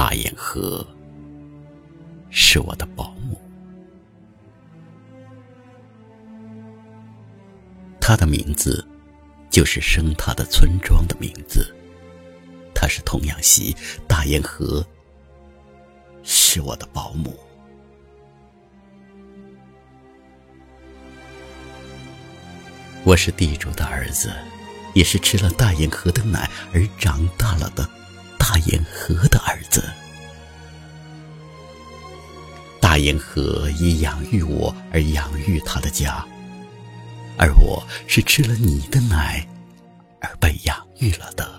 大堰河是我的保姆，她的名字就是生她的村庄的名字。她是童养媳，大堰河是我的保姆。我是地主的儿子，也是吃了大堰河的奶而长大了的大堰河的儿子。大堰河以养育我而养育他的家，而我是吃了你的奶而被养育了的。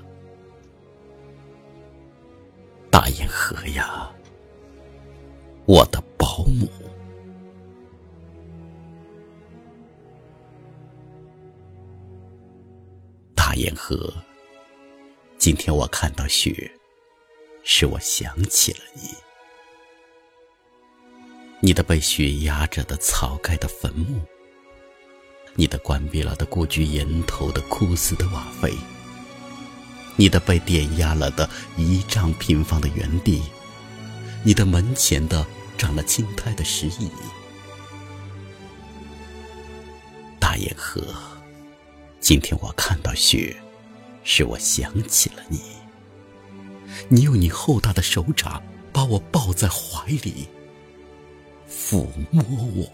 大堰河呀，我的保姆。大堰河，今天我看到雪，使我想起了你。你的被雪压着的草盖的坟墓，你的关闭了的故居檐头的枯死的瓦扉，你的被电压了的1丈平方的原地，你的门前的长了青苔的石椅。大堰河，今天我看到雪，使我想起了你。你用你厚大的手掌把我抱在怀里，抚摸我。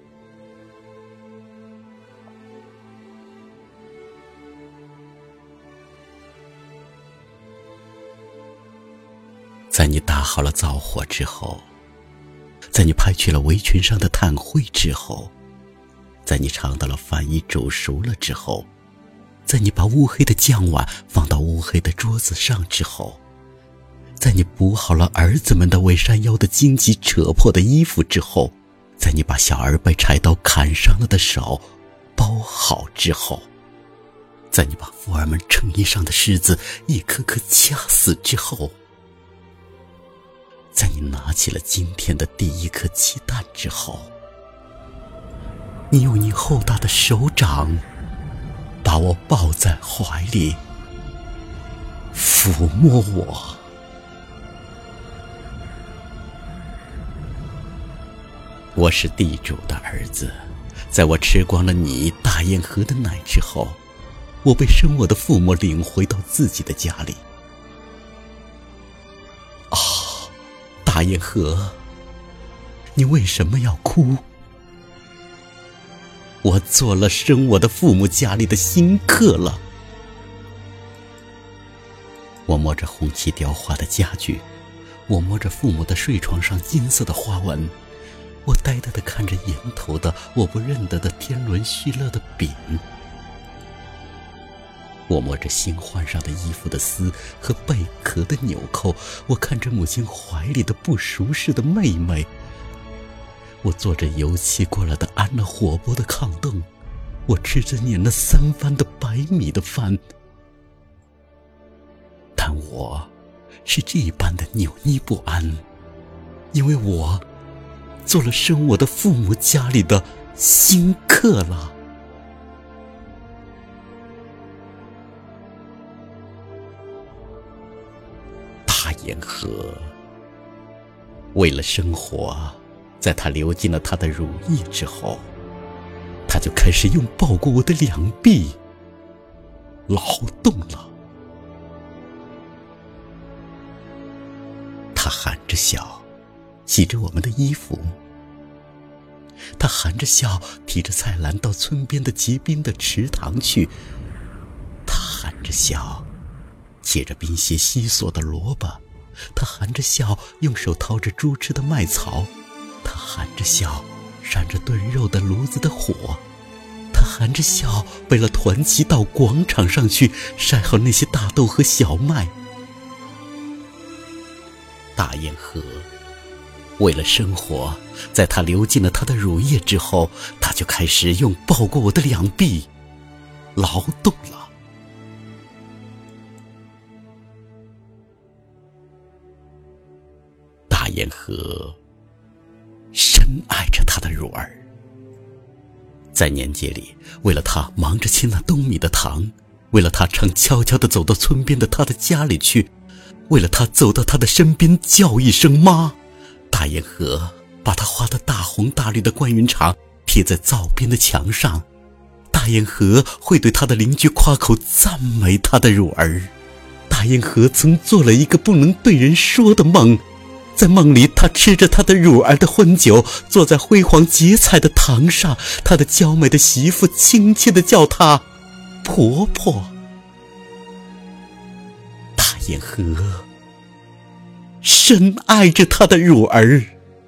在你打好了灶火之后，在你拍去了围裙上的炭灰之后，在你尝到了饭已煮熟了之后，在你把乌黑的酱碗放到乌黑的桌子上之后，在你补好了儿子们的为山腰的荆棘扯破的衣服之后，在你把小儿被柴刀砍伤了的手包好之后，在你把妇儿们衬衣上的虱子一颗颗掐死之后，在你拿起了今天的第一颗鸡蛋之后，你用你厚大的手掌把我抱在怀里，抚摸我。我是地主的儿子，在我吃光了你大堰河的奶之后，我被生我的父母领回到自己的家里。大堰河，你为什么要哭？我做了生我的父母家里的新客了。我摸着红漆雕花的家具，我摸着父母的睡床上金色的花纹，我呆呆地看着檐头的我不认得的天伦虚乐的饼。我摸着新换上的衣服的丝和贝壳的纽扣，我看着母亲怀里的不熟识的妹妹。我坐着油漆过了的安了火锅的炕凳，我吃着碾了3番的白米的饭。但我是这般的扭捏不安，因为我做了生我的父母家里的新客了。大堰河，为了生活，在他流尽了他的乳液之后，他就开始用抱过我的两臂劳动了。他含着笑洗着我们的衣服，他含着笑提着菜篮到村边的结冰的池塘去，他含着笑切着冰屑稀索的萝卜，他含着笑用手掏着猪吃的麦草，他含着笑扇着炖肉的炉子的火，他含着笑背了团旗到广场上去晒好那些大豆和小麦。大堰河，为了生活，在他流尽了他的乳液之后，他就开始用抱过我的两臂劳动了。大堰河深爱着他的乳儿，在年节里，为了他忙着清了冬米的糖，为了他常悄悄地走到村边的他的家里去， 为了他走到他的身边叫一声妈。大堰河把他画的大红大绿的关云长贴在灶边的墙上，大堰河会对他的邻居夸口赞美他的乳儿。大堰河曾做了一个不能对人说的梦，在梦里他吃着他的乳儿的婚酒，坐在辉煌结彩的堂上，他的娇美的媳妇亲切地叫他婆婆。大堰河深爱着他的乳儿。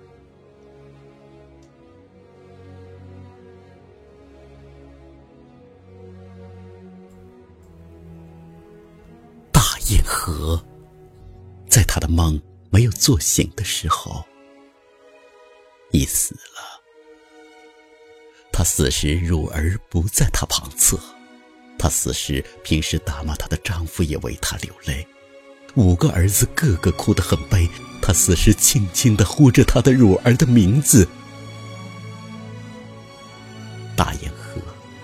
大堰河在他的梦没有做醒的时候已死了。他死时乳儿不在他旁侧，他死时平时打骂他的丈夫也为他流泪，5个儿子个个哭得很悲，他死时轻轻地呼着他的乳儿的名字。大堰河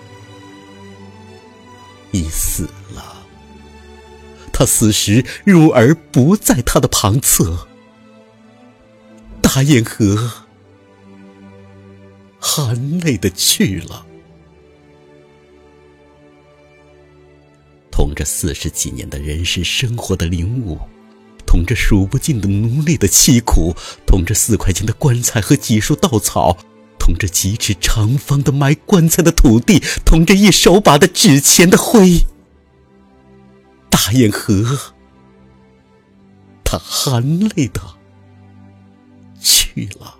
已死了，他死时乳儿不在他的旁侧，大堰河含泪地去了。同着40几年的人世生活的领悟，同着数不尽的奴隶的凄苦，同着4块钱的棺材和几束稻草，同着几尺长方的埋棺材的土地，同着一手把的纸钱的灰，大堰河他含泪的去了。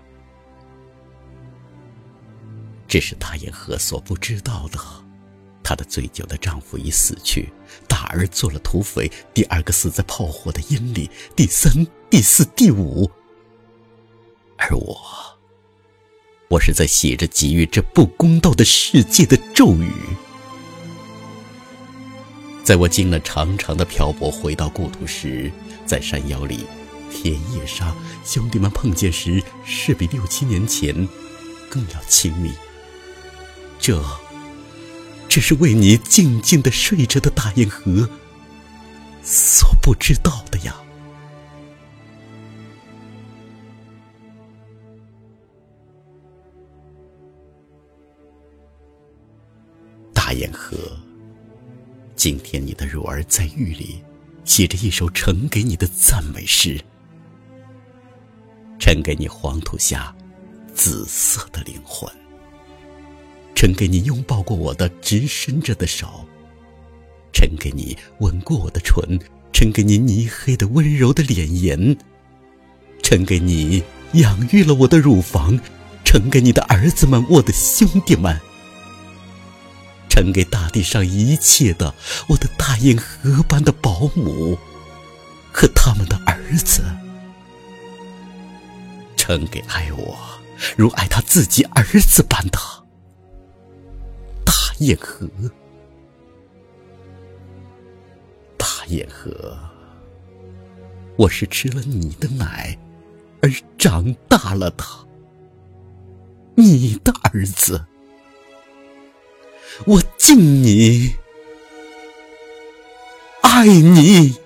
这是大堰河所不知道的，她的醉酒的丈夫已死去，大儿做了土匪，第2个死在炮火的烟里，第3、第4、第5。而我是在写着给予这不公道的世界的咒语。在我经了长长的漂泊回到故土时，在山腰里田野上，兄弟们碰见时是比6、7年前更要亲密。这是为你静静地睡着的大堰河所不知道的呀。大堰河，今天你的乳儿在狱里写着一首呈给你的赞美诗，呈给你黄土下紫色的灵魂，呈给你拥抱过我的直伸着的手，呈给你吻过我的唇，呈给你泥黑的温柔的脸颜，呈给你养育了我的乳房，呈给你的儿子们，我的兄弟们，呈给大地上一切的我的大堰河般的保姆和他们的儿子，呈给爱我如爱他自己儿子般的大堰河。大堰河，我是吃了你的奶而长大了的你的儿子，我敬你，爱你。